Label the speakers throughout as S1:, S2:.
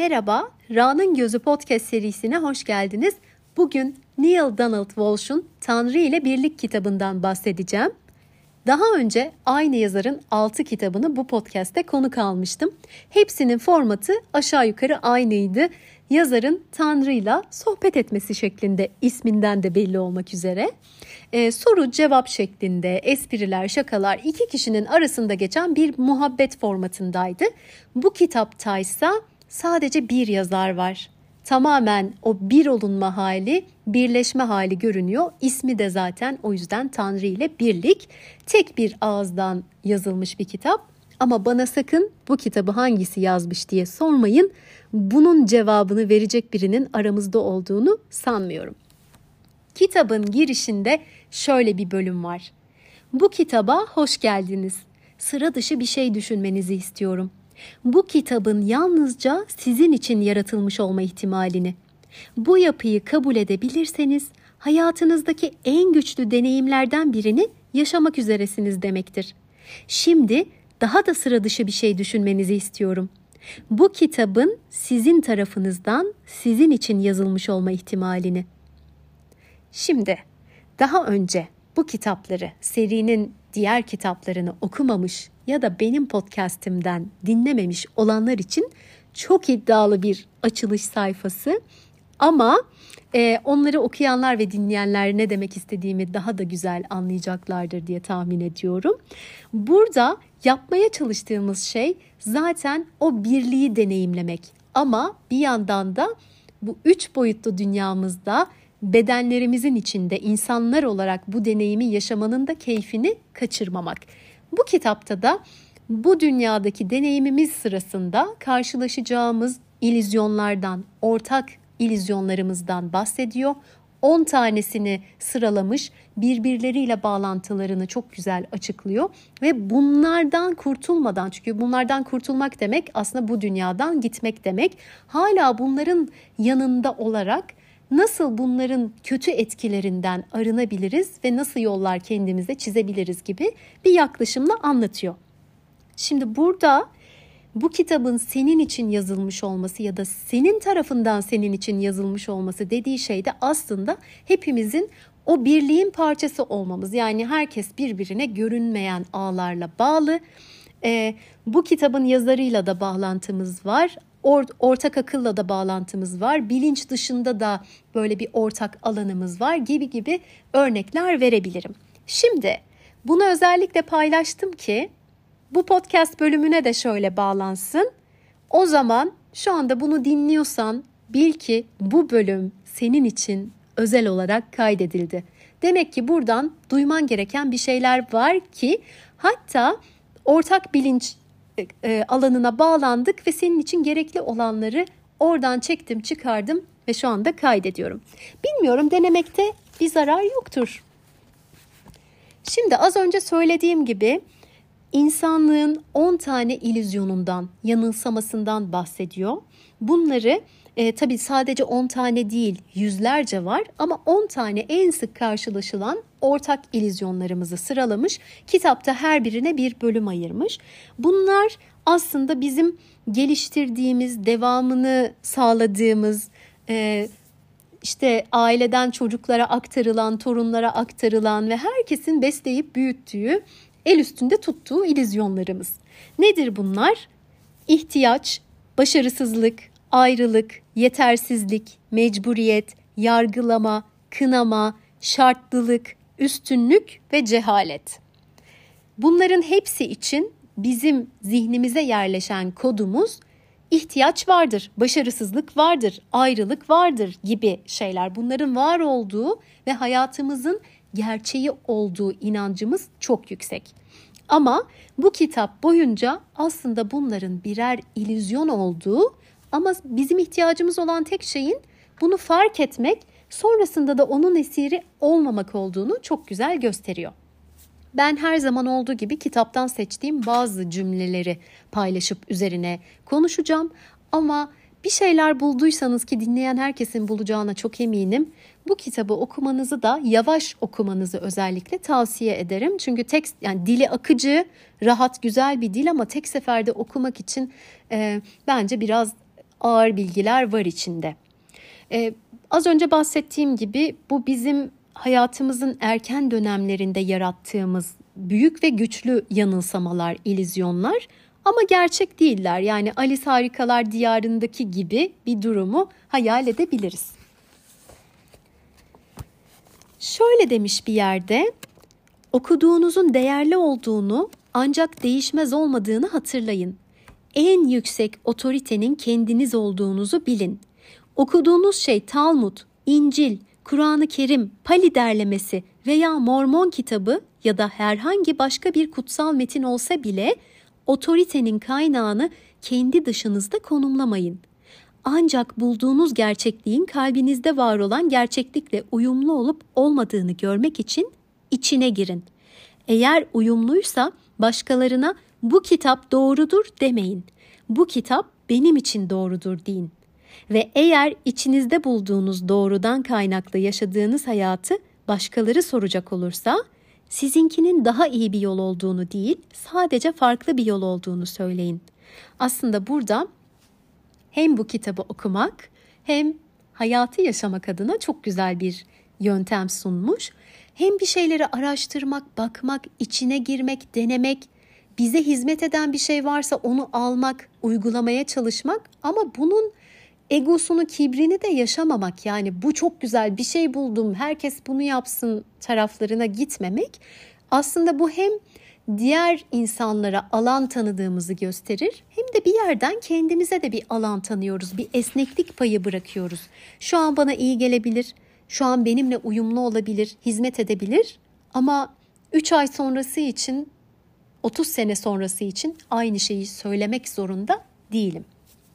S1: Merhaba, Ra'nın Gözü podcast serisine hoş geldiniz. Bugün Neale Donald Walsch'un Tanrı ile Birlik kitabından bahsedeceğim. Daha önce aynı yazarın 6 kitabını bu podcast'te konuk almıştım. Hepsinin formatı aşağı yukarı aynıydı. Yazarın Tanrı'yla sohbet etmesi şeklinde, isminden de belli olmak üzere. Soru cevap şeklinde, espriler, şakalar iki kişinin arasında geçen bir muhabbet formatındaydı. Bu kitaptaysa sadece bir yazar var. Tamamen o bir olunma hali, birleşme hali görünüyor. İsmi de zaten o yüzden Tanrı ile Birlik. Tek bir ağızdan yazılmış bir kitap. Ama bana sakın bu kitabı hangisi yazmış diye sormayın. Bunun cevabını verecek birinin aramızda olduğunu sanmıyorum. Kitabın girişinde şöyle bir bölüm var. Bu kitaba hoş geldiniz. Sıra dışı bir şey düşünmenizi istiyorum. Bu kitabın yalnızca sizin için yaratılmış olma ihtimalini. Bu yapıyı kabul edebilirseniz hayatınızdaki en güçlü deneyimlerden birini yaşamak üzeresiniz demektir. Şimdi daha da sıra dışı bir şey düşünmenizi istiyorum. Bu kitabın sizin tarafınızdan sizin için yazılmış olma ihtimalini. Şimdi daha önce bu kitapları, serinin diğer kitaplarını okumamış ya da benim podcast'imden dinlememiş olanlar için çok iddialı bir açılış sayfası. Ama onları okuyanlar ve dinleyenler ne demek istediğimi daha da güzel anlayacaklardır diye tahmin ediyorum. Burada yapmaya çalıştığımız şey zaten o birliği deneyimlemek. Ama bir yandan da bu 3 boyutlu dünyamızda bedenlerimizin içinde insanlar olarak bu deneyimi yaşamanın da keyfini kaçırmamak. Bu kitapta da bu dünyadaki deneyimimiz sırasında karşılaşacağımız illüzyonlardan, ortak illüzyonlarımızdan bahsediyor. 10 tanesini sıralamış, birbirleriyle bağlantılarını çok güzel açıklıyor ve bunlardan kurtulmadan, çünkü bunlardan kurtulmak demek aslında bu dünyadan gitmek demek. Hala bunların yanında olarak nasıl bunların kötü etkilerinden arınabiliriz ve nasıl yollar kendimize çizebiliriz gibi bir yaklaşımla anlatıyor. Şimdi burada bu kitabın senin için yazılmış olması ya da senin tarafından senin için yazılmış olması dediği şey de aslında hepimizin o birliğin parçası olmamız. Yani herkes birbirine görünmeyen ağlarla bağlı. Bu kitabın yazarıyla da bağlantımız var. Ortak akılla da bağlantımız var. Bilinç dışında da böyle bir ortak alanımız var gibi örnekler verebilirim. Şimdi bunu özellikle paylaştım ki bu podcast bölümüne de şöyle bağlansın. O zaman şu anda bunu dinliyorsan bil ki bu bölüm senin için özel olarak kaydedildi. Demek ki buradan duyman gereken bir şeyler var ki hatta ortak bilinç alanına bağlandık ve senin için gerekli olanları oradan çektim, çıkardım ve şu anda kaydediyorum. Bilmiyorum, denemekte bir zarar yoktur. Şimdi az önce söylediğim gibi insanlığın 10 tane illüzyonundan, yanılsamasından bahsediyor. Bunları tabii sadece 10 tane değil, yüzlerce var ama 10 tane en sık karşılaşılan ortak illüzyonlarımızı sıralamış. Kitapta her birine bir bölüm ayırmış. Bunlar aslında bizim geliştirdiğimiz, devamını sağladığımız, işte aileden çocuklara aktarılan, torunlara aktarılan ve herkesin besleyip büyüttüğü, el üstünde tuttuğu illüzyonlarımız. Nedir bunlar? İhtiyaç, başarısızlık, ayrılık, yetersizlik, mecburiyet, yargılama, kınama, şartlılık, üstünlük ve cehalet. Bunların hepsi için bizim zihnimize yerleşen kodumuz ihtiyaç vardır, başarısızlık vardır, ayrılık vardır gibi şeyler. Bunların var olduğu ve hayatımızın gerçeği olduğu inancımız çok yüksek. Ama bu kitap boyunca aslında bunların birer illüzyon olduğu ama bizim ihtiyacımız olan tek şeyin bunu fark etmek, sonrasında da onun esiri olmamak olduğunu çok güzel gösteriyor. Ben her zaman olduğu gibi kitaptan seçtiğim bazı cümleleri paylaşıp üzerine konuşacağım. Ama bir şeyler bulduysanız, ki dinleyen herkesin bulacağına çok eminim, bu kitabı okumanızı da yavaş okumanızı özellikle tavsiye ederim. Çünkü tekst, yani dili akıcı, rahat, güzel bir dil ama tek seferde okumak için bence biraz ağır bilgiler var içinde. Az önce bahsettiğim gibi bu bizim hayatımızın erken dönemlerinde yarattığımız büyük ve güçlü yanılsamalar, illüzyonlar ama gerçek değiller. Yani Alice Harikalar Diyarı'ndaki gibi bir durumu hayal edebiliriz. Şöyle demiş bir yerde, okuduğunuzun değerli olduğunu ancak değişmez olmadığını hatırlayın. En yüksek otoritenin kendiniz olduğunuzu bilin. Okuduğunuz şey Talmud, İncil, Kur'an-ı Kerim, Pali derlemesi veya Mormon kitabı ya da herhangi başka bir kutsal metin olsa bile otoritenin kaynağını kendi dışınızda konumlamayın. Ancak bulduğunuz gerçekliğin kalbinizde var olan gerçeklikle uyumlu olup olmadığını görmek için içine girin. Eğer uyumluysa başkalarına bu kitap doğrudur demeyin. Bu kitap benim için doğrudur deyin. Ve eğer içinizde bulduğunuz doğrudan kaynaklı yaşadığınız hayatı başkaları soracak olursa, sizinkinin daha iyi bir yol olduğunu değil, sadece farklı bir yol olduğunu söyleyin. Aslında burada hem bu kitabı okumak hem hayatı yaşamak adına çok güzel bir yöntem sunmuş. Hem bir şeyleri araştırmak, bakmak, içine girmek, denemek, bize hizmet eden bir şey varsa onu almak, uygulamaya çalışmak ama bunun egosunu, kibrini de yaşamamak. Yani bu çok güzel bir şey buldum, herkes bunu yapsın taraflarına gitmemek. Aslında bu hem diğer insanlara alan tanıdığımızı gösterir, hem de bir yerden kendimize de bir alan tanıyoruz, bir esneklik payı bırakıyoruz. Şu an bana iyi gelebilir, şu an benimle uyumlu olabilir, hizmet edebilir ama 3 ay sonrası için, 30 sene sonrası için aynı şeyi söylemek zorunda değilim.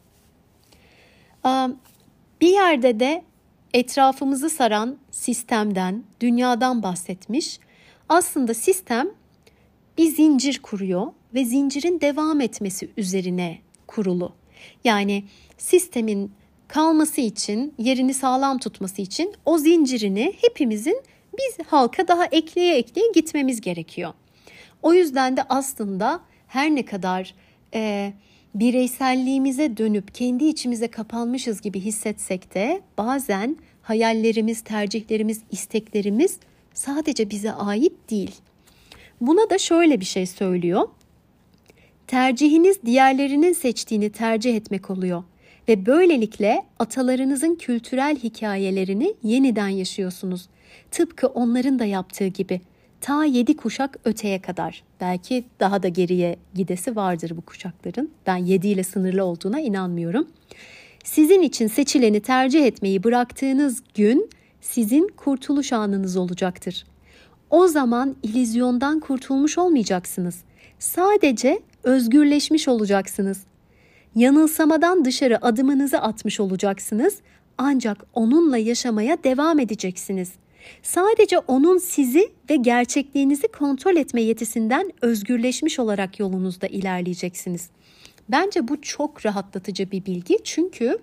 S1: Bir yerde de etrafımızı saran sistemden, dünyadan bahsetmiş. Aslında sistem bir zincir kuruyor ve zincirin devam etmesi üzerine kurulu. Yani sistemin kalması için, yerini sağlam tutması için o zincirini hepimizin biz halka daha ekleye gitmemiz gerekiyor. O yüzden de aslında her ne kadar bireyselliğimize dönüp kendi içimize kapanmışız gibi hissetsek de bazen hayallerimiz, tercihlerimiz, isteklerimiz sadece bize ait değil. Buna da şöyle bir şey söylüyor. Tercihiniz diğerlerinin seçtiğini tercih etmek oluyor ve böylelikle atalarınızın kültürel hikayelerini yeniden yaşıyorsunuz. Tıpkı onların da yaptığı gibi. Ta 7 kuşak öteye kadar. Belki daha da geriye gidesi vardır bu kuşakların. Ben 7 ile sınırlı olduğuna inanmıyorum. Sizin için seçileni tercih etmeyi bıraktığınız gün sizin kurtuluş anınız olacaktır. O zaman illüzyondan kurtulmuş olmayacaksınız. Sadece özgürleşmiş olacaksınız. Yanılsamadan dışarı adımınızı atmış olacaksınız. Ancak onunla yaşamaya devam edeceksiniz. Sadece onun sizi ve gerçekliğinizi kontrol etme yetisinden özgürleşmiş olarak yolunuzda ilerleyeceksiniz. Bence bu çok rahatlatıcı bir bilgi. Çünkü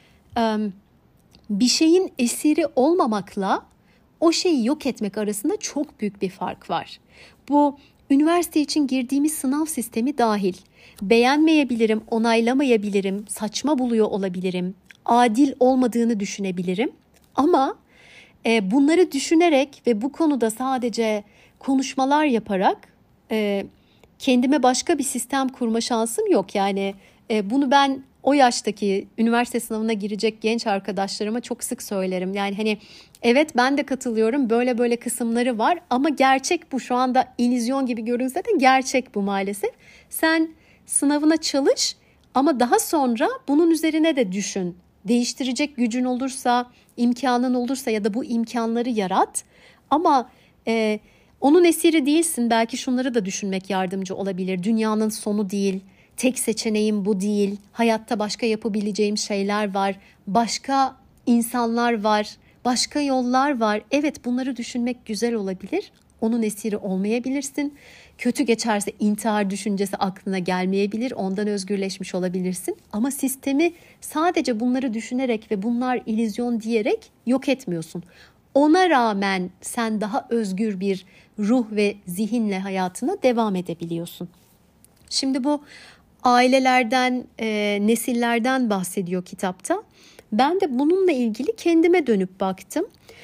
S1: bir şeyin esiri olmamakla o şeyi yok etmek arasında çok büyük bir fark var. Bu üniversite için girdiğimiz sınav sistemi dahil. Beğenmeyebilirim, onaylamayabilirim, saçma buluyor olabilirim, adil olmadığını düşünebilirim. Ama bunları düşünerek ve bu konuda sadece konuşmalar yaparak kendime başka bir sistem kurma şansım yok. Yani bunu ben o yaştaki üniversite sınavına girecek genç arkadaşlarıma çok sık söylerim. Yani hani evet ben de katılıyorum, böyle böyle kısımları var ama gerçek bu, şu anda illüzyon gibi görünse de gerçek bu maalesef. Sen sınavına çalış ama daha sonra bunun üzerine de düşün. Değiştirecek gücün olursa, imkanın olursa ya da bu imkanları yarat. Ama onun esiri değilsin. Belki şunları da düşünmek yardımcı olabilir. Dünyanın sonu değil. Tek seçeneğim bu değil. Hayatta başka yapabileceğim şeyler var. Başka insanlar var. Başka yollar var. Evet, bunları düşünmek güzel olabilir. Onun esiri olmayabilirsin. Kötü geçerse intihar düşüncesi aklına gelmeyebilir. Ondan özgürleşmiş olabilirsin. Ama sistemi sadece bunları düşünerek ve bunlar illüzyon diyerek yok etmiyorsun. Ona rağmen sen daha özgür bir ruh ve zihinle hayatına devam edebiliyorsun. Şimdi bu ailelerden, nesillerden bahsediyor kitapta. Ben de bununla ilgili kendime dönüp baktım.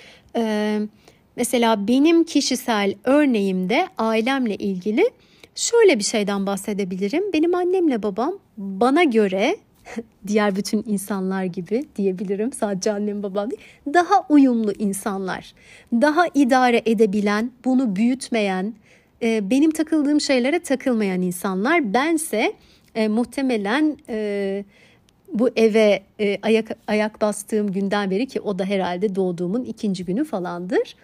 S1: Mesela benim kişisel örneğimde ailemle ilgili şöyle bir şeyden bahsedebilirim. Benim annemle babam bana göre diğer bütün insanlar gibi diyebilirim. Sadece annem babam değil. Daha uyumlu insanlar. Daha idare edebilen, bunu büyütmeyen, benim takıldığım şeylere takılmayan insanlar. Bense muhtemelen bu eve ayak bastığım günden beri, ki o da herhalde doğduğumun 2. günü falandır,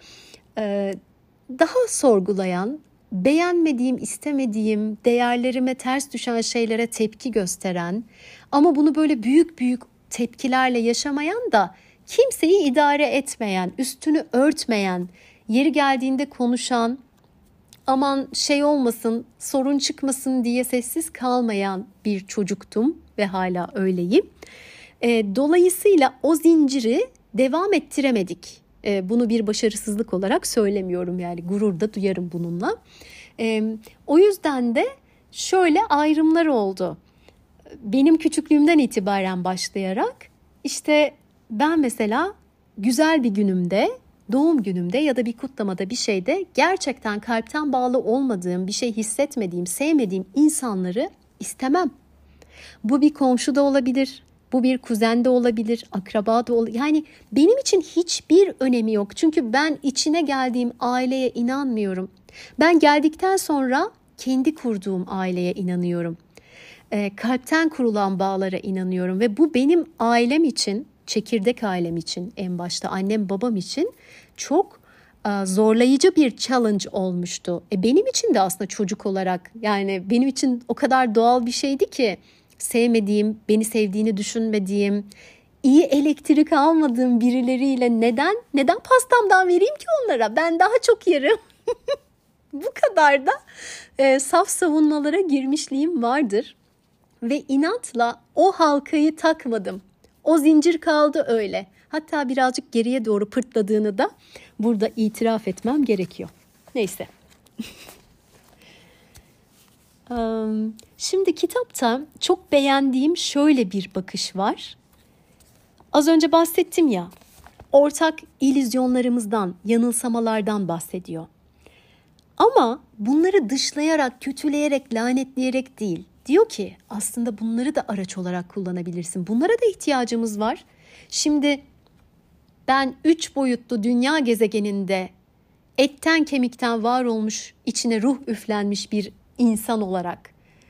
S1: daha sorgulayan, beğenmediğim, istemediğim, değerlerime ters düşen şeylere tepki gösteren ama bunu böyle büyük büyük tepkilerle yaşamayan da kimseyi idare etmeyen, üstünü örtmeyen, yeri geldiğinde konuşan, aman şey olmasın, sorun çıkmasın diye sessiz kalmayan bir çocuktum ve hala öyleyim. Dolayısıyla o zinciri devam ettiremedik. Bunu bir başarısızlık olarak söylemiyorum, yani gurur da duyarım bununla. O yüzden de şöyle ayrımlar oldu. Benim küçüklüğümden itibaren başlayarak işte ben mesela güzel bir günümde, doğum günümde ya da bir kutlamada, bir şeyde gerçekten kalpten bağlı olmadığım, bir şey hissetmediğim, sevmediğim insanları istemem. Bu bir komşu da olabilir, bu bir kuzen de olabilir, akraba da olabilir. Yani benim için hiçbir önemi yok. Çünkü ben içine geldiğim aileye inanmıyorum. Ben geldikten sonra kendi kurduğum aileye inanıyorum. Kalpten kurulan bağlara inanıyorum ve bu benim ailem için, çekirdek ailem için, en başta annem babam için çok zorlayıcı bir challenge olmuştu. Benim için de aslında çocuk olarak, yani benim için o kadar doğal bir şeydi ki, sevmediğim, beni sevdiğini düşünmediğim, iyi elektrik almadığım birileriyle neden pastamdan vereyim ki onlara? Ben daha çok yerim. Bu kadar da saf savunmalara girmişliğim vardır. Ve inatla o halkayı takmadım. O zincir kaldı öyle. Hatta birazcık geriye doğru pırtladığını da burada itiraf etmem gerekiyor. Neyse. Şimdi kitapta çok beğendiğim şöyle bir bakış var. Az önce bahsettim ya, ortak illüzyonlarımızdan, yanılsamalardan bahsediyor. Ama bunları dışlayarak, kötüleyerek, lanetleyerek değil. Diyor ki aslında bunları da araç olarak kullanabilirsin. Bunlara da ihtiyacımız var. Şimdi ben 3 boyutlu dünya gezegeninde etten kemikten var olmuş, içine ruh üflenmiş bir insan olarak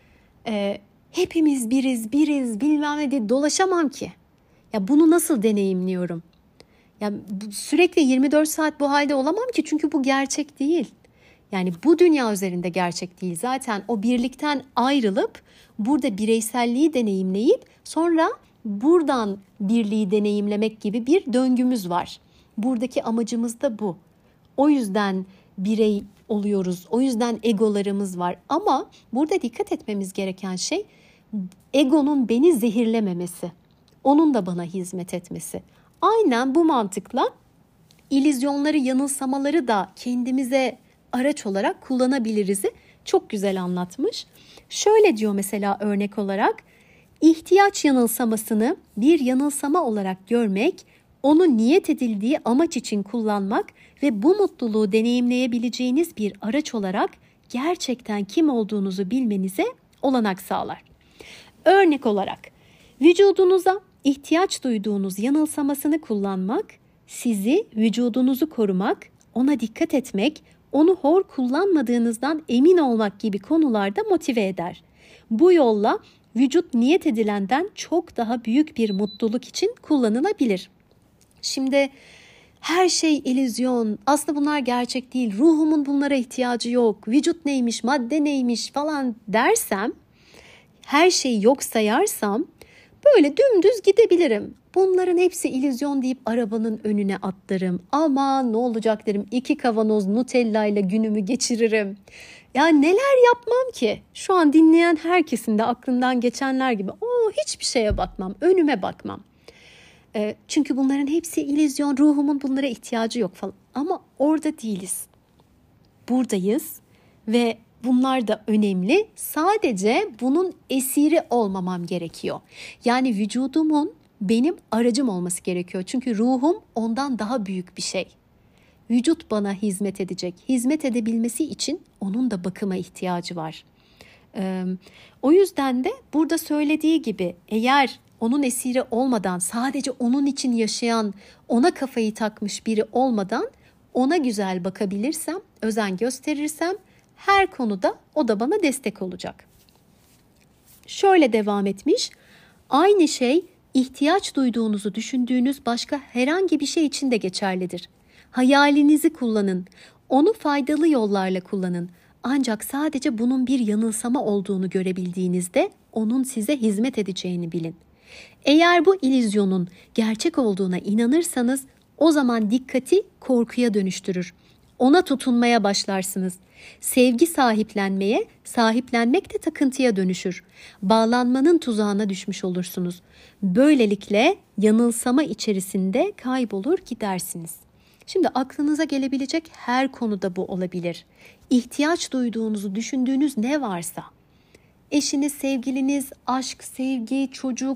S1: hepimiz biriz bilmem ne diye dolaşamam ki. Ya bunu nasıl deneyimliyorum? Ya sürekli 24 saat bu halde olamam ki, çünkü bu gerçek değil. Yani bu dünya üzerinde gerçek değil. Zaten o birlikten ayrılıp burada bireyselliği deneyimleyip sonra buradan birliği deneyimlemek gibi bir döngümüz var. Buradaki amacımız da bu. O yüzden birey oluyoruz. O yüzden egolarımız var. Ama burada dikkat etmemiz gereken şey egonun beni zehirlememesi. Onun da bana hizmet etmesi. Aynen bu mantıkla illüzyonları, yanılsamaları da kendimize araç olarak kullanabiliriz'i çok güzel anlatmış. Şöyle diyor mesela örnek olarak, ihtiyaç yanılsamasını bir yanılsama olarak görmek, onu niyet edildiği amaç için kullanmak ve bu mutluluğu deneyimleyebileceğiniz bir araç olarak gerçekten kim olduğunuzu bilmenize olanak sağlar. Örnek olarak, vücudunuza ihtiyaç duyduğunuz yanılsamasını kullanmak, sizi vücudunuzu korumak, ona dikkat etmek, onu hor kullanmadığınızdan emin olmak gibi konularda motive eder. Bu yolla vücut niyet edilenden çok daha büyük bir mutluluk için kullanılabilir. Şimdi her şey illüzyon, aslında bunlar gerçek değil, ruhumun bunlara ihtiyacı yok, vücut neymiş, madde neymiş falan dersem, her şeyi yok sayarsam böyle dümdüz gidebilirim. Bunların hepsi illüzyon deyip arabanın önüne atlarım. Aman ne olacak derim, 2 kavanoz Nutella ile günümü geçiririm. Ya neler yapmam ki? Şu an dinleyen herkesin de aklından geçenler gibi hiçbir şeye bakmam, önüme bakmam. Çünkü bunların hepsi illüzyon, ruhumun bunlara ihtiyacı yok falan. Ama orada değiliz. Buradayız ve Bunlar da önemli. Sadece bunun esiri olmamam gerekiyor. Yani vücudumun benim aracım olması gerekiyor. Çünkü ruhum ondan daha büyük bir şey. Vücut bana hizmet edecek. Hizmet edebilmesi için onun da bakıma ihtiyacı var. O yüzden de burada söylediği gibi eğer onun esiri olmadan, sadece onun için yaşayan, ona kafayı takmış biri olmadan ona güzel bakabilirsem, özen gösterirsem her konuda o da bana destek olacak. Şöyle devam etmiş. Aynı şey ihtiyaç duyduğunuzu düşündüğünüz başka herhangi bir şey için de geçerlidir. Hayalinizi kullanın. Onu faydalı yollarla kullanın. Ancak sadece bunun bir yanılsama olduğunu görebildiğinizde onun size hizmet edeceğini bilin. Eğer bu illüzyonun gerçek olduğuna inanırsanız o zaman dikkati korkuya dönüştürür. Ona tutunmaya başlarsınız. Sevgi sahiplenmeye, sahiplenmek de takıntıya dönüşür. Bağlanmanın tuzağına düşmüş olursunuz. Böylelikle yanılsama içerisinde kaybolur gidersiniz. Şimdi aklınıza gelebilecek her konuda bu olabilir. İhtiyaç duyduğunuzu düşündüğünüz ne varsa, eşiniz, sevgiliniz, aşk, sevgi, çocuk,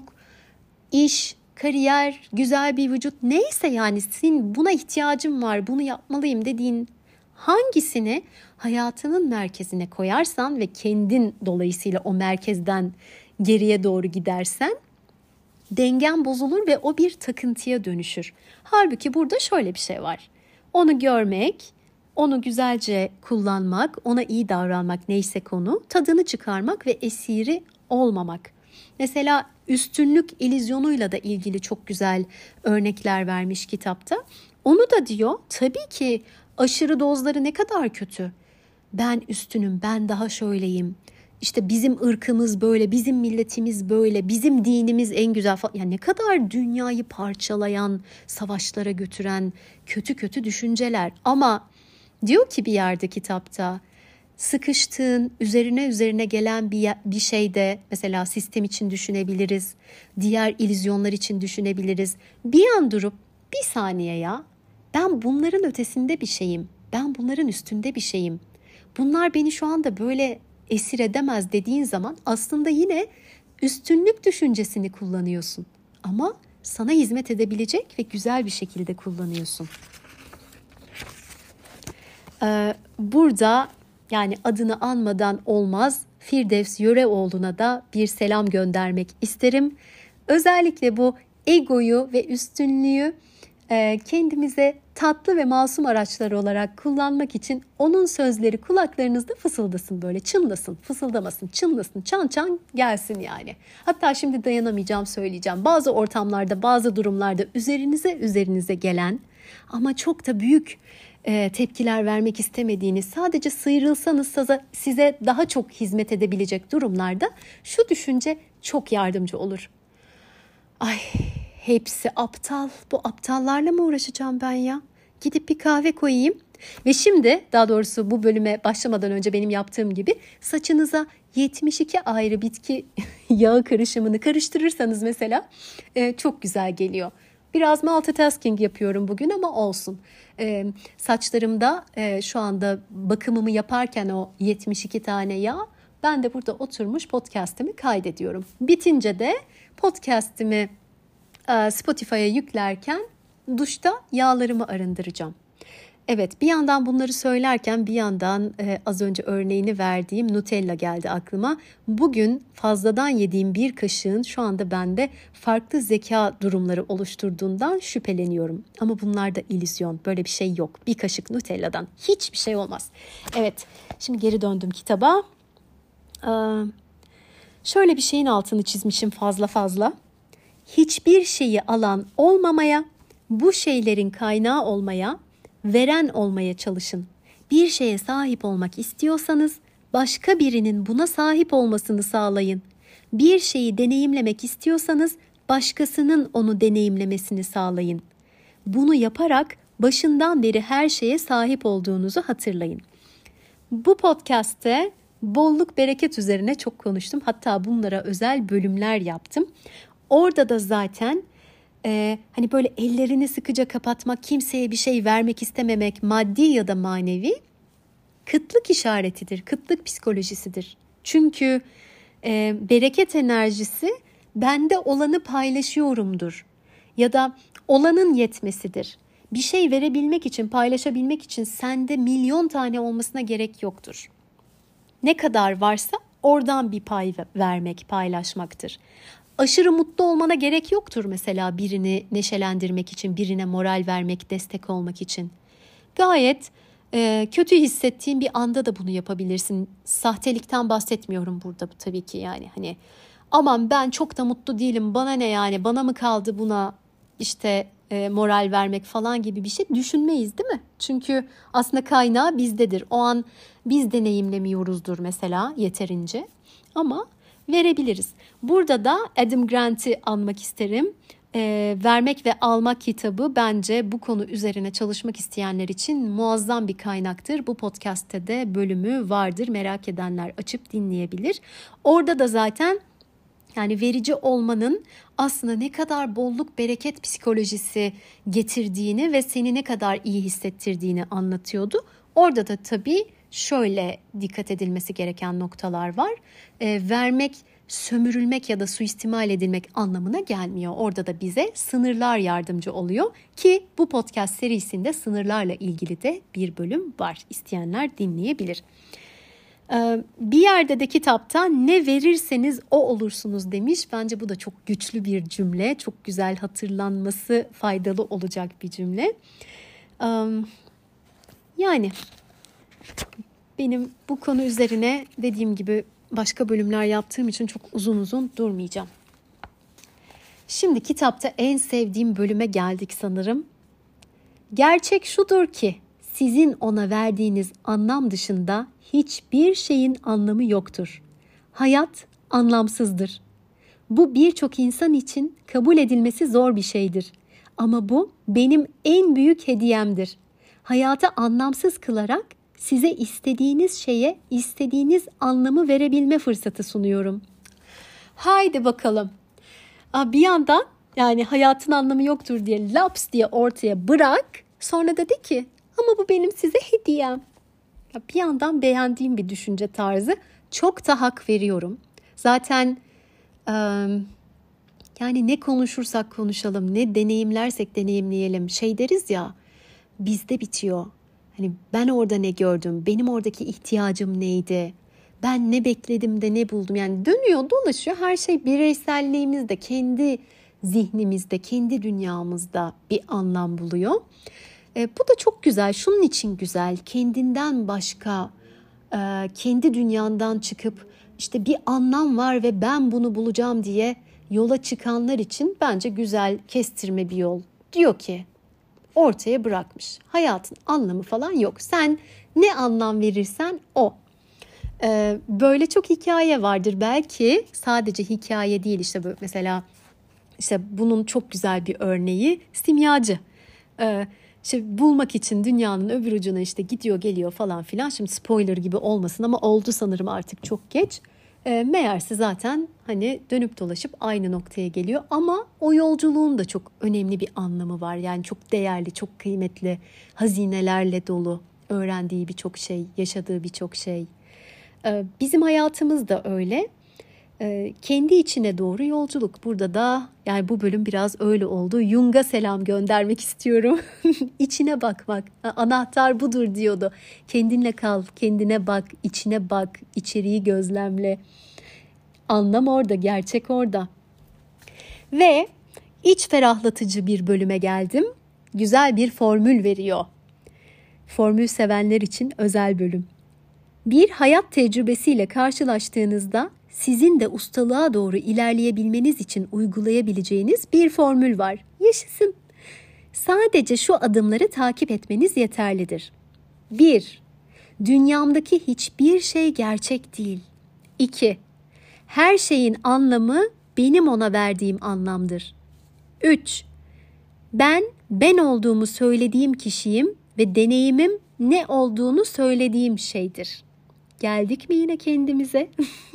S1: iş, kariyer, güzel bir vücut, neyse yani senin buna ihtiyacım var, bunu yapmalıyım dediğin hangisini hayatının merkezine koyarsan ve kendin dolayısıyla o merkezden geriye doğru gidersen dengen bozulur ve o bir takıntıya dönüşür. Halbuki burada şöyle bir şey var. Onu görmek, onu güzelce kullanmak, ona iyi davranmak neyse konu, tadını çıkarmak ve esiri olmamak. Mesela üstünlük illüzyonuyla da ilgili çok güzel örnekler vermiş kitapta. Onu da diyor, tabii ki aşırı dozları ne kadar kötü. Ben üstünüm, ben daha şöyleyim. İşte bizim ırkımız böyle, bizim milletimiz böyle, bizim dinimiz en güzel falan. Yani ne kadar dünyayı parçalayan, savaşlara götüren kötü kötü düşünceler. Ama diyor ki bir yerde kitapta, sıkıştığın, üzerine gelen bir şeyde mesela sistem için düşünebiliriz, diğer illüzyonlar için düşünebiliriz. Bir an durup bir saniye ya, ben bunların ötesinde bir şeyim, ben bunların üstünde bir şeyim. Bunlar beni şu anda böyle esir edemez dediğin zaman aslında yine üstünlük düşüncesini kullanıyorsun. Ama sana hizmet edebilecek ve güzel bir şekilde kullanıyorsun. Burada yani adını anmadan olmaz, Firdevs Yöreoğlu'na da bir selam göndermek isterim. Özellikle bu egoyu ve üstünlüğü kendimize tatlı ve masum araçlar olarak kullanmak için onun sözleri kulaklarınızda fısıldasın, böyle çınlasın, fısıldamasın, çınlasın, çan çan gelsin yani. Hatta şimdi dayanamayacağım, söyleyeceğim. Bazı ortamlarda, bazı durumlarda üzerinize gelen ama çok da büyük tepkiler vermek istemediğiniz, sadece sıyrılsanız size daha çok hizmet edebilecek durumlarda şu düşünce çok yardımcı olur. Ay, hepsi aptal. Bu aptallarla mı uğraşacağım ben ya? Gidip bir kahve koyayım. Ve şimdi, daha doğrusu bu bölüme başlamadan önce benim yaptığım gibi saçınıza 72 ayrı bitki yağı karışımını karıştırırsanız mesela çok güzel geliyor. Biraz multitasking yapıyorum bugün ama olsun. Saçlarımda şu anda bakımımı yaparken o 72 tane yağ, ben de burada oturmuş podcast'imi kaydediyorum. Bitince de podcast'imi Spotify'a yüklerken duşta yağlarımı arındıracağım. Evet, bir yandan bunları söylerken bir yandan az önce örneğini verdiğim Nutella geldi aklıma. Bugün fazladan yediğim bir kaşığın şu anda bende farklı zeka durumları oluşturduğundan şüpheleniyorum. Ama bunlar da illüzyon, böyle bir şey yok. Bir kaşık Nutella'dan hiçbir şey olmaz. Evet, şimdi geri döndüm kitaba. Şöyle bir şeyin altını çizmişim fazla. Hiçbir şeyi alan olmamaya, bu şeylerin kaynağı olmaya, veren olmaya çalışın. Bir şeye sahip olmak istiyorsanız başka birinin buna sahip olmasını sağlayın. Bir şeyi deneyimlemek istiyorsanız başkasının onu deneyimlemesini sağlayın. Bunu yaparak başından beri her şeye sahip olduğunuzu hatırlayın. Bu podcast'te bolluk bereket üzerine çok konuştum. Hatta bunlara özel bölümler yaptım. Orada da zaten hani böyle ellerini sıkıca kapatmak, kimseye bir şey vermek istememek, maddi ya da manevi, kıtlık işaretidir, kıtlık psikolojisidir. Çünkü bereket enerjisi bende olanı paylaşıyorumdur ya da olanın yetmesidir. Bir şey verebilmek için, paylaşabilmek için sende milyon tane olmasına gerek yoktur. Ne kadar varsa oradan bir pay vermek, paylaşmaktır. Aşırı mutlu olmana gerek yoktur mesela birini neşelendirmek için, birine moral vermek, destek olmak için. Gayet kötü hissettiğin bir anda da bunu yapabilirsin. Sahtelikten bahsetmiyorum burada tabii ki yani. Hani aman ben çok da mutlu değilim, bana ne yani, bana mı kaldı buna işte moral vermek falan gibi bir şey düşünmeyiz değil mi? Çünkü aslında kaynağı bizdedir. O an biz deneyimlemiyoruzdur mesela yeterince ama verebiliriz. Burada da Adam Grant'i anmak isterim. Vermek ve Almak kitabı bence bu konu üzerine çalışmak isteyenler için muazzam bir kaynaktır. Bu podcast'te de bölümü vardır. Merak edenler açıp dinleyebilir. Orada da zaten yani verici olmanın aslında ne kadar bolluk bereket psikolojisi getirdiğini ve seni ne kadar iyi hissettirdiğini anlatıyordu. Orada da tabii şöyle dikkat edilmesi gereken noktalar var. Vermek, sömürülmek ya da suistimal edilmek anlamına gelmiyor. Orada da bize sınırlar yardımcı oluyor ki bu podcast serisinde sınırlarla ilgili de bir bölüm var. İsteyenler dinleyebilir. Bir yerde de kitapta ne verirseniz o olursunuz demiş. Bence bu da çok güçlü bir cümle. Çok güzel, hatırlanması faydalı olacak bir cümle. Yani benim bu konu üzerine dediğim gibi başka bölümler yaptığım için çok uzun uzun durmayacağım. Şimdi kitapta en sevdiğim bölüme geldik sanırım. Gerçek şudur ki sizin ona verdiğiniz anlam dışında hiçbir şeyin anlamı yoktur. Hayat anlamsızdır. Bu birçok insan için kabul edilmesi zor bir şeydir. Ama bu benim en büyük hediyemdir. Hayatı anlamsız kılarak size istediğiniz şeye istediğiniz anlamı verebilme fırsatı sunuyorum. Haydi bakalım. Bir yandan yani hayatın anlamı yoktur diye laps diye ortaya bırak. Sonra dedi ki ama bu benim size hediyem. Bir yandan beğendiğim bir düşünce tarzı. Çok da hak veriyorum. Zaten yani ne konuşursak konuşalım, ne deneyimlersek deneyimleyelim. Şey deriz ya, bizde bitiyor. Hani ben orada ne gördüm, benim oradaki ihtiyacım neydi, ben ne bekledim de ne buldum. Yani dönüyor dolaşıyor, her şey bireyselliğimizde, kendi zihnimizde, kendi dünyamızda bir anlam buluyor. Bu da çok güzel, şunun için güzel, kendinden başka, kendi dünyandan çıkıp işte bir anlam var ve ben bunu bulacağım diye yola çıkanlar için bence güzel, kestirme bir yol. Diyor ki ortaya bırakmış. Hayatın anlamı falan yok. Sen ne anlam verirsen o. Böyle çok hikaye vardır. Belki sadece hikaye değil, işte böyle mesela işte bunun çok güzel bir örneği simyacı. İşte bulmak için dünyanın öbür ucuna işte gidiyor geliyor falan filan. Şimdi spoiler gibi olmasın ama oldu sanırım artık çok geç. Meğerse zaten hani dönüp dolaşıp aynı noktaya geliyor. Ama o yolculuğun da çok önemli bir anlamı var. Yani çok değerli, çok kıymetli, hazinelerle dolu, öğrendiği birçok şey, yaşadığı birçok şey. Bizim hayatımız da öyle. Kendi içine doğru yolculuk. Burada da yani bu bölüm biraz öyle oldu. Jung'a selam göndermek istiyorum. İçine bakmak. Anahtar budur diyordu. Kendinle kal, kendine bak, içine bak, içeriği gözlemle. Anlam orada, gerçek orada. Ve iç ferahlatıcı bir bölüme geldim. Güzel bir formül veriyor. Formül sevenler için özel bölüm. Bir hayat tecrübesiyle karşılaştığınızda sizin de ustalığa doğru ilerleyebilmeniz için uygulayabileceğiniz bir formül var. Yaşasın. Sadece şu adımları takip etmeniz yeterlidir. 1. Dünyamdaki hiçbir şey gerçek değil. 2. Her şeyin anlamı benim ona verdiğim anlamdır. 3. Ben olduğumu söylediğim kişiyim ve deneyimim ne olduğunu söylediğim şeydir. Geldik mi yine kendimize?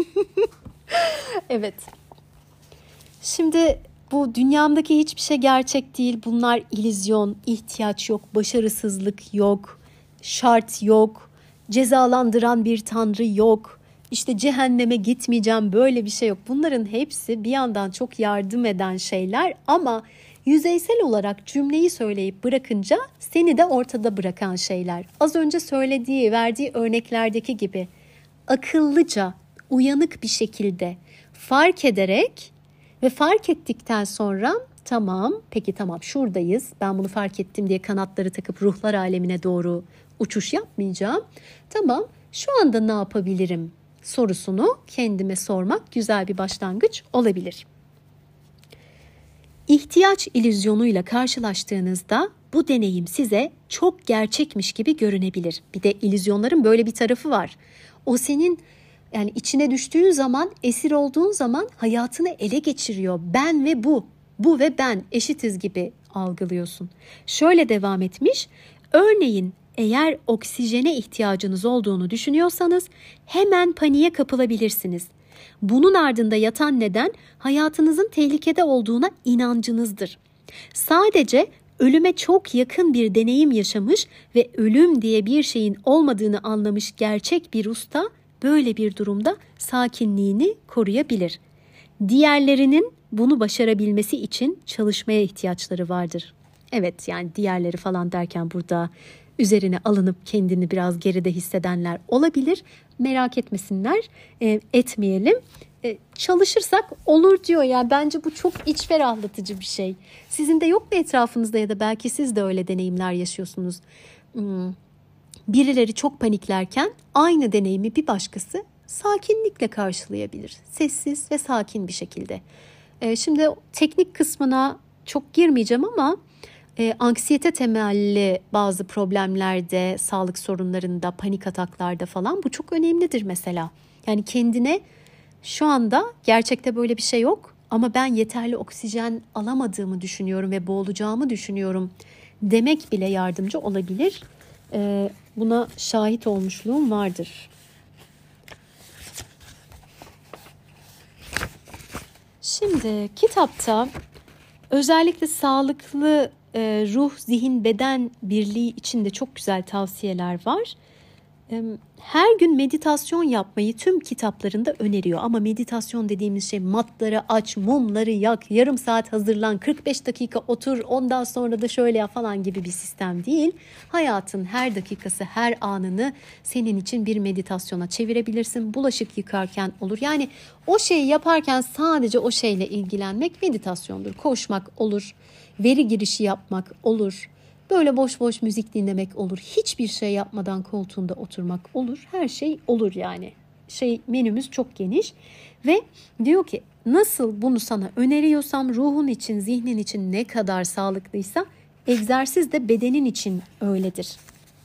S1: Evet. Şimdi bu dünyamdaki hiçbir şey gerçek değil. Bunlar illüzyon, ihtiyaç yok, başarısızlık yok, şart yok. cezalandıran bir tanrı yok. İşte cehenneme gitmeyeceğim, böyle bir şey yok. Bunların hepsi bir yandan çok yardım eden şeyler ama yüzeysel olarak cümleyi söyleyip bırakınca seni de ortada bırakan şeyler. Az önce verdiği örneklerdeki gibi akıllıca, uyanık bir şekilde fark ederek ve fark ettikten sonra peki şuradayız. Ben bunu fark ettim diye kanatları takıp ruhlar alemine doğru uçuş yapmayacağım. Tamam, şu anda ne yapabilirim sorusunu kendime sormak güzel bir başlangıç olabilir. İhtiyaç illüzyonuyla karşılaştığınızda bu deneyim size çok gerçekmiş gibi görünebilir. Bir de illüzyonların böyle bir tarafı var. O senin içine düştüğün zaman, esir olduğun zaman hayatını ele geçiriyor. Ben ve bu ve ben eşitiz gibi algılıyorsun. Şöyle devam etmiş. Örneğin eğer oksijene ihtiyacınız olduğunu düşünüyorsanız hemen paniğe kapılabilirsiniz. Bunun ardında yatan neden hayatınızın tehlikede olduğuna inancınızdır. Sadece ölüme çok yakın bir deneyim yaşamış ve ölüm diye bir şeyin olmadığını anlamış gerçek bir usta böyle bir durumda sakinliğini koruyabilir. Diğerlerinin bunu başarabilmesi için çalışmaya ihtiyaçları vardır. Evet, diğerleri falan derken burada üzerine alınıp kendini biraz geride hissedenler olabilir. Merak etmesinler, etmeyelim. Çalışırsak olur diyor. Bence bu çok iç ferahlatıcı bir şey. Sizin de yok mu etrafınızda ya da belki siz de öyle deneyimler yaşıyorsunuz. Birileri çok paniklerken aynı deneyimi bir başkası sakinlikle karşılayabilir. Sessiz ve sakin bir şekilde. Şimdi teknik kısmına çok girmeyeceğim ama anksiyete temelli bazı problemlerde, sağlık sorunlarında, panik ataklarda falan bu çok önemlidir mesela. Kendine şu anda gerçekte böyle bir şey yok ama ben yeterli oksijen alamadığımı düşünüyorum ve boğulacağımı düşünüyorum demek bile yardımcı olabilir. Buna şahit olmuşluğum vardır. Şimdi kitapta özellikle sağlıklı ruh, zihin, beden birliği için de çok güzel tavsiyeler var. Her gün meditasyon yapmayı tüm kitaplarında öneriyor. Ama meditasyon dediğimiz şey matları aç, mumları yak, yarım saat hazırlan, 45 dakika otur, ondan sonra da şöyle yap falan gibi bir sistem değil. Hayatın her dakikası, her anını senin için bir meditasyona çevirebilirsin. Bulaşık yıkarken olur. O şeyi yaparken sadece o şeyle ilgilenmek meditasyondur. Koşmak olur, veri girişi yapmak olur. Böyle boş boş müzik dinlemek olur. Hiçbir şey yapmadan koltuğunda oturmak olur. Her şey olur . Menümüz çok geniş. Ve diyor ki nasıl bunu sana öneriyorsam ruhun için, zihnin için ne kadar sağlıklıysa egzersiz de bedenin için öyledir.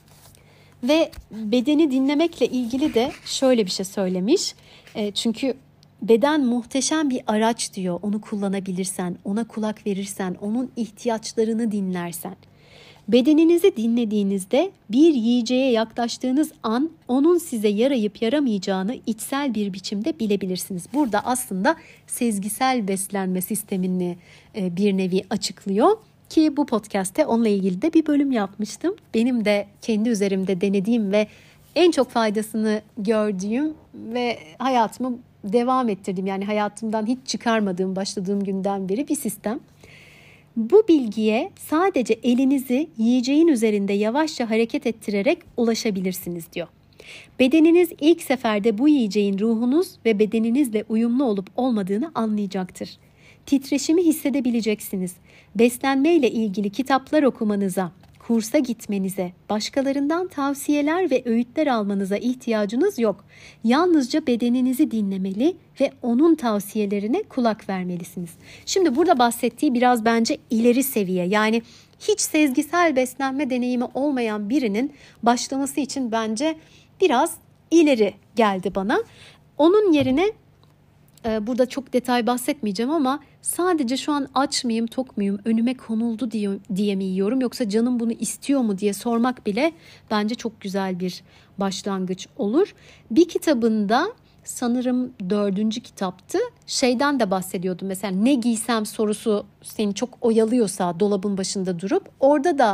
S1: Ve bedeni dinlemekle ilgili de şöyle bir şey söylemiş. Çünkü beden muhteşem bir araç diyor. Onu kullanabilirsen, ona kulak verirsen, onun ihtiyaçlarını dinlersen. Bedeninizi dinlediğinizde bir yiyeceğe yaklaştığınız an onun size yarayıp yaramayacağını içsel bir biçimde bilebilirsiniz. Burada aslında sezgisel beslenme sistemini bir nevi açıklıyor ki bu podcast'te onunla ilgili de bir bölüm yapmıştım. Benim de kendi üzerimde denediğim ve en çok faydasını gördüğüm ve hayatımı devam ettirdiğim, hayatımdan hiç çıkarmadığım, başladığım günden beri bir sistem. Bu bilgiye sadece elinizi yiyeceğin üzerinde yavaşça hareket ettirerek ulaşabilirsiniz diyor. Bedeniniz ilk seferde bu yiyeceğin ruhunuz ve bedeninizle uyumlu olup olmadığını anlayacaktır. Titreşimi hissedebileceksiniz. Beslenmeyle ilgili kitaplar okumanıza, kursa gitmenize, başkalarından tavsiyeler ve öğütler almanıza ihtiyacınız yok. Yalnızca bedeninizi dinlemeli ve onun tavsiyelerine kulak vermelisiniz. Şimdi burada bahsettiği biraz bence ileri seviye. Hiç sezgisel beslenme deneyimi olmayan birinin başlaması için bence biraz ileri geldi bana. Onun yerine burada çok detay bahsetmeyeceğim ama sadece şu an aç mıyım, tok muyum, önüme konuldu diye mi yiyorum yoksa canım bunu istiyor mu diye sormak bile bence çok güzel bir başlangıç olur. Bir kitabında sanırım 4. kitaptı. Şeyden de bahsediyordu. Mesela ne giysem sorusu seni çok oyalıyorsa dolabın başında durup orada da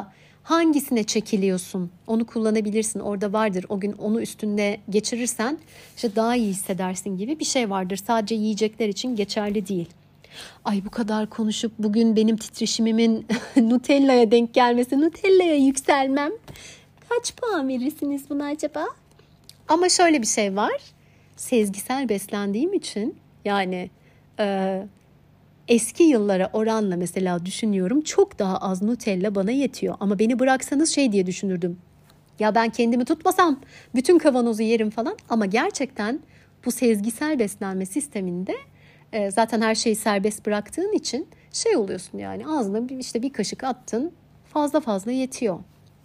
S1: Hangisine çekiliyorsun? Onu kullanabilirsin. Orada vardır. O gün onu üstünde geçirirsen işte daha iyi hissedersin gibi bir şey vardır. Sadece yiyecekler için geçerli değil. Ay bu kadar konuşup bugün benim titreşimimin Nutella'ya denk gelmesi, Nutella'ya yükselmem. Kaç puan verirsiniz buna acaba? Ama şöyle bir şey var. Sezgisel beslendiğim için yani eski yıllara oranla mesela düşünüyorum çok daha az Nutella bana yetiyor. Ama beni bıraksanız şey diye düşünürdüm. Ya ben kendimi tutmasam bütün kavanozu yerim falan. Ama gerçekten bu sezgisel beslenme sisteminde zaten her şeyi serbest bıraktığın için şey oluyorsun yani ağzına işte bir kaşık attın fazla fazla yetiyor.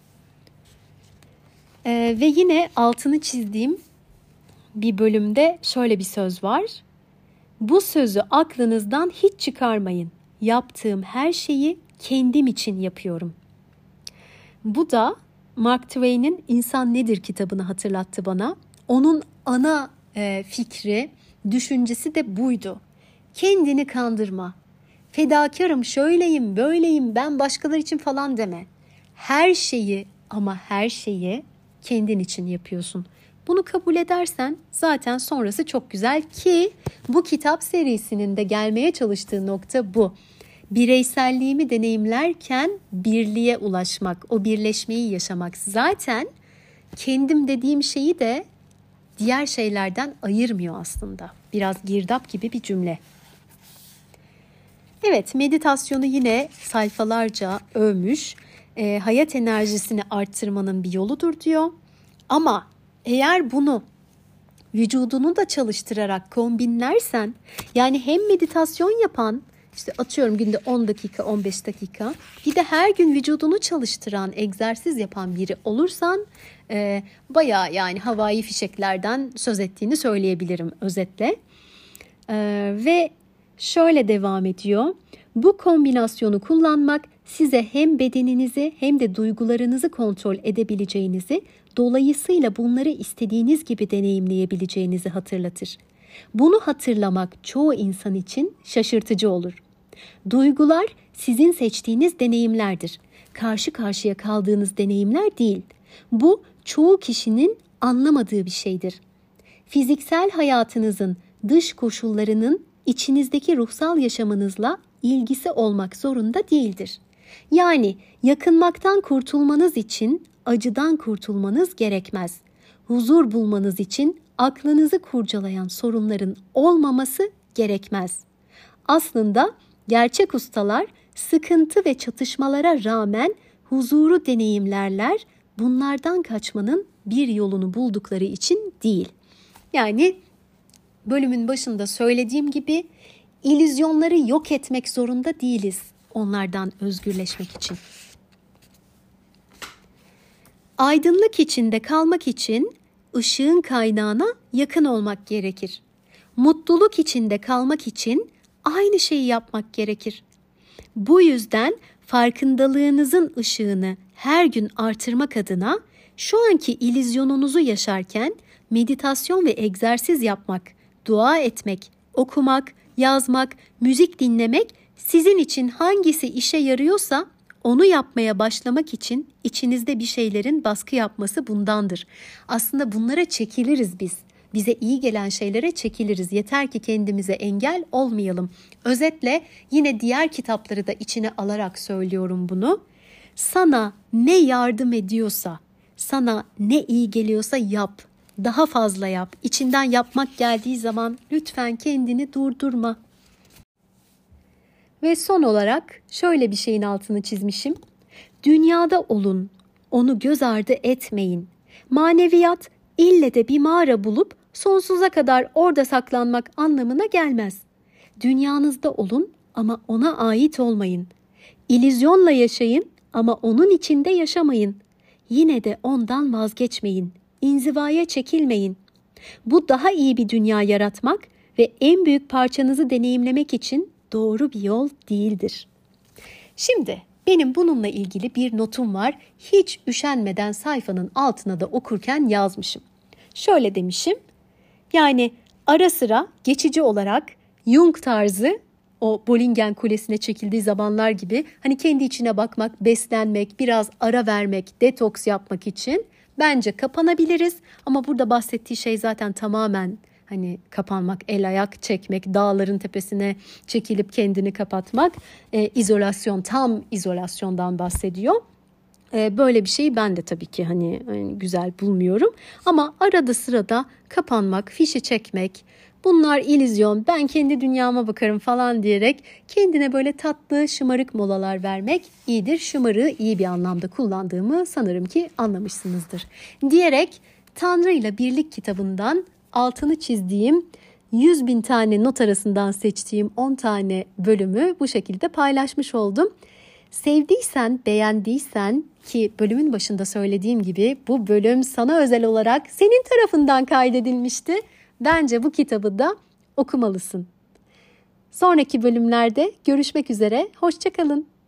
S1: Ve yine altını çizdiğim bir bölümde şöyle bir söz var. Bu sözü aklınızdan hiç çıkarmayın. Yaptığım her şeyi kendim için yapıyorum. Bu da Mark Twain'in İnsan Nedir kitabını hatırlattı bana. Onun ana fikri, düşüncesi de buydu. Kendini kandırma. Fedakarım, şöyleyim, böyleyim, ben başkaları için falan deme. Her şeyi ama her şeyi kendin için yapıyorsun. Bunu kabul edersen zaten sonrası çok güzel ki bu kitap serisinin de gelmeye çalıştığı nokta bu. Bireyselliğimi deneyimlerken birliğe ulaşmak, o birleşmeyi yaşamak. Zaten kendim dediğim şeyi de diğer şeylerden ayırmıyor aslında. Biraz girdap gibi bir cümle. Evet, meditasyonu yine sayfalarca övmüş. Hayat enerjisini arttırmanın bir yoludur diyor. Ama eğer bunu vücudunu da çalıştırarak kombinlersen, yani hem meditasyon yapan, işte atıyorum günde 10 dakika, 15 dakika, bir de her gün vücudunu çalıştıran, egzersiz yapan biri olursan bayağı yani havai fişeklerden söz ettiğini söyleyebilirim özetle. Ve şöyle devam ediyor. Bu kombinasyonu kullanmak size hem bedeninizi hem de duygularınızı kontrol edebileceğinizi, dolayısıyla bunları istediğiniz gibi deneyimleyebileceğinizi hatırlatır. Bunu hatırlamak çoğu insan için şaşırtıcı olur. Duygular sizin seçtiğiniz deneyimlerdir. Karşı karşıya kaldığınız deneyimler değil. Bu çoğu kişinin anlamadığı bir şeydir. Fiziksel hayatınızın dış koşullarının içinizdeki ruhsal yaşamınızla ilgisi olmak zorunda değildir. Yani yakınmaktan kurtulmanız için acıdan kurtulmanız gerekmez. Huzur bulmanız için aklınızı kurcalayan sorunların olmaması gerekmez. Aslında gerçek ustalar sıkıntı ve çatışmalara rağmen huzuru deneyimlerler, bunlardan kaçmanın bir yolunu buldukları için değil. Yani bölümün başında söylediğim gibi illüzyonları yok etmek zorunda değiliz onlardan özgürleşmek için. Aydınlık içinde kalmak için ışığın kaynağına yakın olmak gerekir. Mutluluk içinde kalmak için aynı şeyi yapmak gerekir. Bu yüzden farkındalığınızın ışığını her gün artırmak adına şu anki illüzyonunuzu yaşarken meditasyon ve egzersiz yapmak, dua etmek, okumak, yazmak, müzik dinlemek, sizin için hangisi işe yarıyorsa onu yapmaya başlamak için içinizde bir şeylerin baskı yapması bundandır. Aslında bunlara çekiliriz biz. Bize iyi gelen şeylere çekiliriz. Yeter ki kendimize engel olmayalım. Özetle yine diğer kitapları da içine alarak söylüyorum bunu. Sana ne yardım ediyorsa, sana ne iyi geliyorsa yap. Daha fazla yap. İçinden yapmak geldiği zaman lütfen kendini durdurma. Ve son olarak şöyle bir şeyin altını çizmişim. Dünyada olun, onu göz ardı etmeyin. Maneviyat ille de bir mağara bulup sonsuza kadar orada saklanmak anlamına gelmez. Dünyanızda olun ama ona ait olmayın. İllüzyonla yaşayın ama onun içinde yaşamayın. Yine de ondan vazgeçmeyin. İnzivaya çekilmeyin. Bu daha iyi bir dünya yaratmak ve en büyük parçanızı deneyimlemek için doğru bir yol değildir. Şimdi benim bununla ilgili bir notum var. Hiç üşenmeden sayfanın altına da okurken yazmışım. Şöyle demişim. Yani ara sıra geçici olarak Jung tarzı o Bollingen Kulesi'ne çekildiği zamanlar gibi hani kendi içine bakmak, beslenmek, biraz ara vermek, detoks yapmak için bence kapanabiliriz. Ama burada bahsettiği şey zaten tamamen hani kapanmak, el ayak çekmek, dağların tepesine çekilip kendini kapatmak, izolasyon, tam izolasyondan bahsediyor. Böyle bir şeyi ben de tabii ki hani güzel bulmuyorum. Ama arada sırada kapanmak, fişi çekmek, bunlar illüzyon, ben kendi dünyama bakarım falan diyerek kendine böyle tatlı şımarık molalar vermek iyidir. Şımarığı iyi bir anlamda kullandığımı sanırım ki anlamışsınızdır. Diyerek Tanrı ile Birlik kitabından altını çizdiğim 100.000 tane not arasından seçtiğim 10 tane bölümü bu şekilde paylaşmış oldum. Sevdiysen, beğendiysen ki bölümün başında söylediğim gibi bu bölüm sana özel olarak senin tarafından kaydedilmişti. Bence bu kitabı da okumalısın. Sonraki bölümlerde görüşmek üzere, hoşça kalın.